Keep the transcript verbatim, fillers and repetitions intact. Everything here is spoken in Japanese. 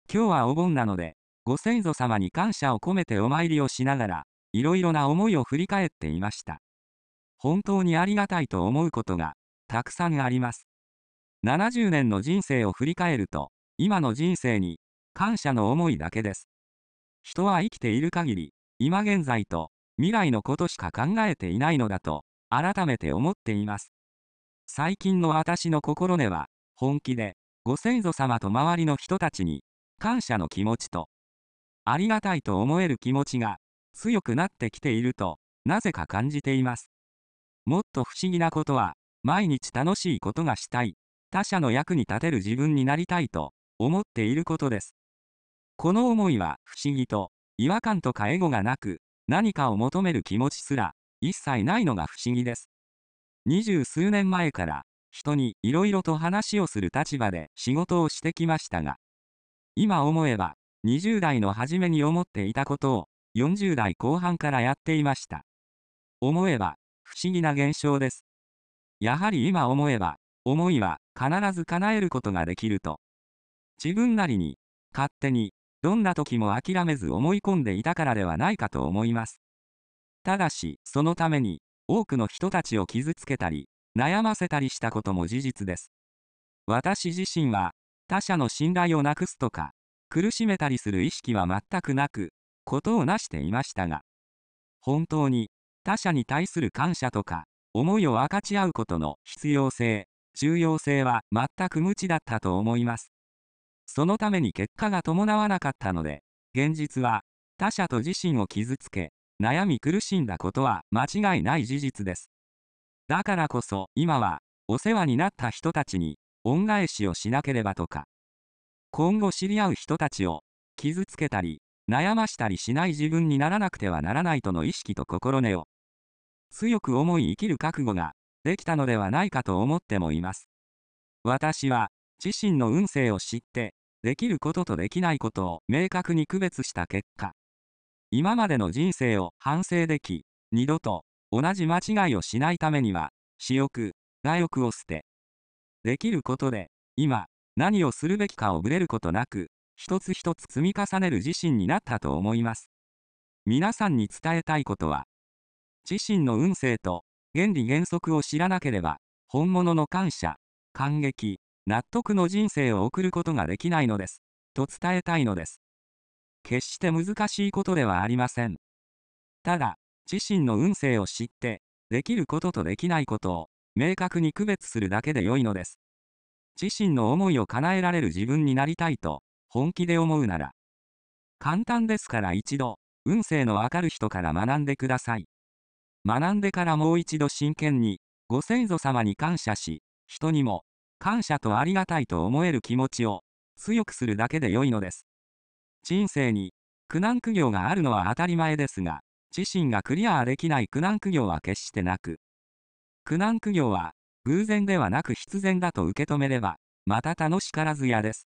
今日はお盆なので、ご先祖様に感謝を込めてお参りをしながら、いろいろな思いを振り返っていました。本当にありがたいと思うことが、たくさんあります。ななじゅうねんの人生を振り返ると、今の人生に、感謝の思いだけです。人は生きている限り、今現在と、未来のことしか考えていないのだと、改めて思っています。最近の私の心根は、本気で、ご先祖様と周りの人たちに、感謝の気持ちと、ありがたいと思える気持ちが、強くなってきていると、なぜか感じています。もっと不思議なことは、毎日楽しいことがしたい、他者の役に立てる自分になりたいと、思っていることです。この思いは不思議と、違和感とかエゴがなく、何かを求める気持ちすら、一切ないのが不思議です。二十数年前から、人にいろいろと話をする立場で仕事をしてきましたが、今思えば、にじゅう代の初めに思っていたことを、よんじゅう代後半からやっていました。思えば、不思議な現象です。やはり今思えば、思いは必ず叶えることができると、自分なりに、勝手に、どんな時も諦めず思い込んでいたからではないかと思います。ただし、そのために、多くの人たちを傷つけたり、悩ませたりしたことも事実です。私自身は、他者の信頼をなくすとか、苦しめたりする意識は全くなく、ことをなしていましたが、本当に、他者に対する感謝とか、思いを分かち合うことの必要性、重要性は全く無知だったと思います。そのために結果が伴わなかったので、現実は、他者と自身を傷つけ、悩み苦しんだことは間違いない事実です。だからこそ、今は、お世話になった人たちに、恩返しをしなければとか、今後知り合う人たちを、傷つけたり、悩ましたりしない自分にならなくてはならないとの意識と心根を、強く思い生きる覚悟が、できたのではないかと思ってもいます。私は、自身の運勢を知って、できることとできないことを明確に区別した結果、今までの人生を反省でき、二度と同じ間違いをしないためには、私欲、我欲を捨て、できることで、今、何をするべきかをぶれることなく、一つ一つ積み重ねる自身になったと思います。皆さんに伝えたいことは、自身の運勢と原理原則を知らなければ、本物の感謝、感激、納得の人生を送ることができないのです。と伝えたいのです。決して難しいことではありません。ただ、自身の運勢を知って、できることとできないことを、明確に区別するだけで良いのです。自身の思いを叶えられる自分になりたいと、本気で思うなら、簡単ですから一度、運勢のわかる人から学んでください。学んでからもう一度真剣に、ご先祖様に感謝し、人にも、感謝とありがたいと思える気持ちを、強くするだけで良いのです。人生に、苦難苦行があるのは当たり前ですが、自身がクリアできない苦難苦行は決してなく、苦難苦行は、偶然ではなく必然だと受け止めれば、また楽しからずやです。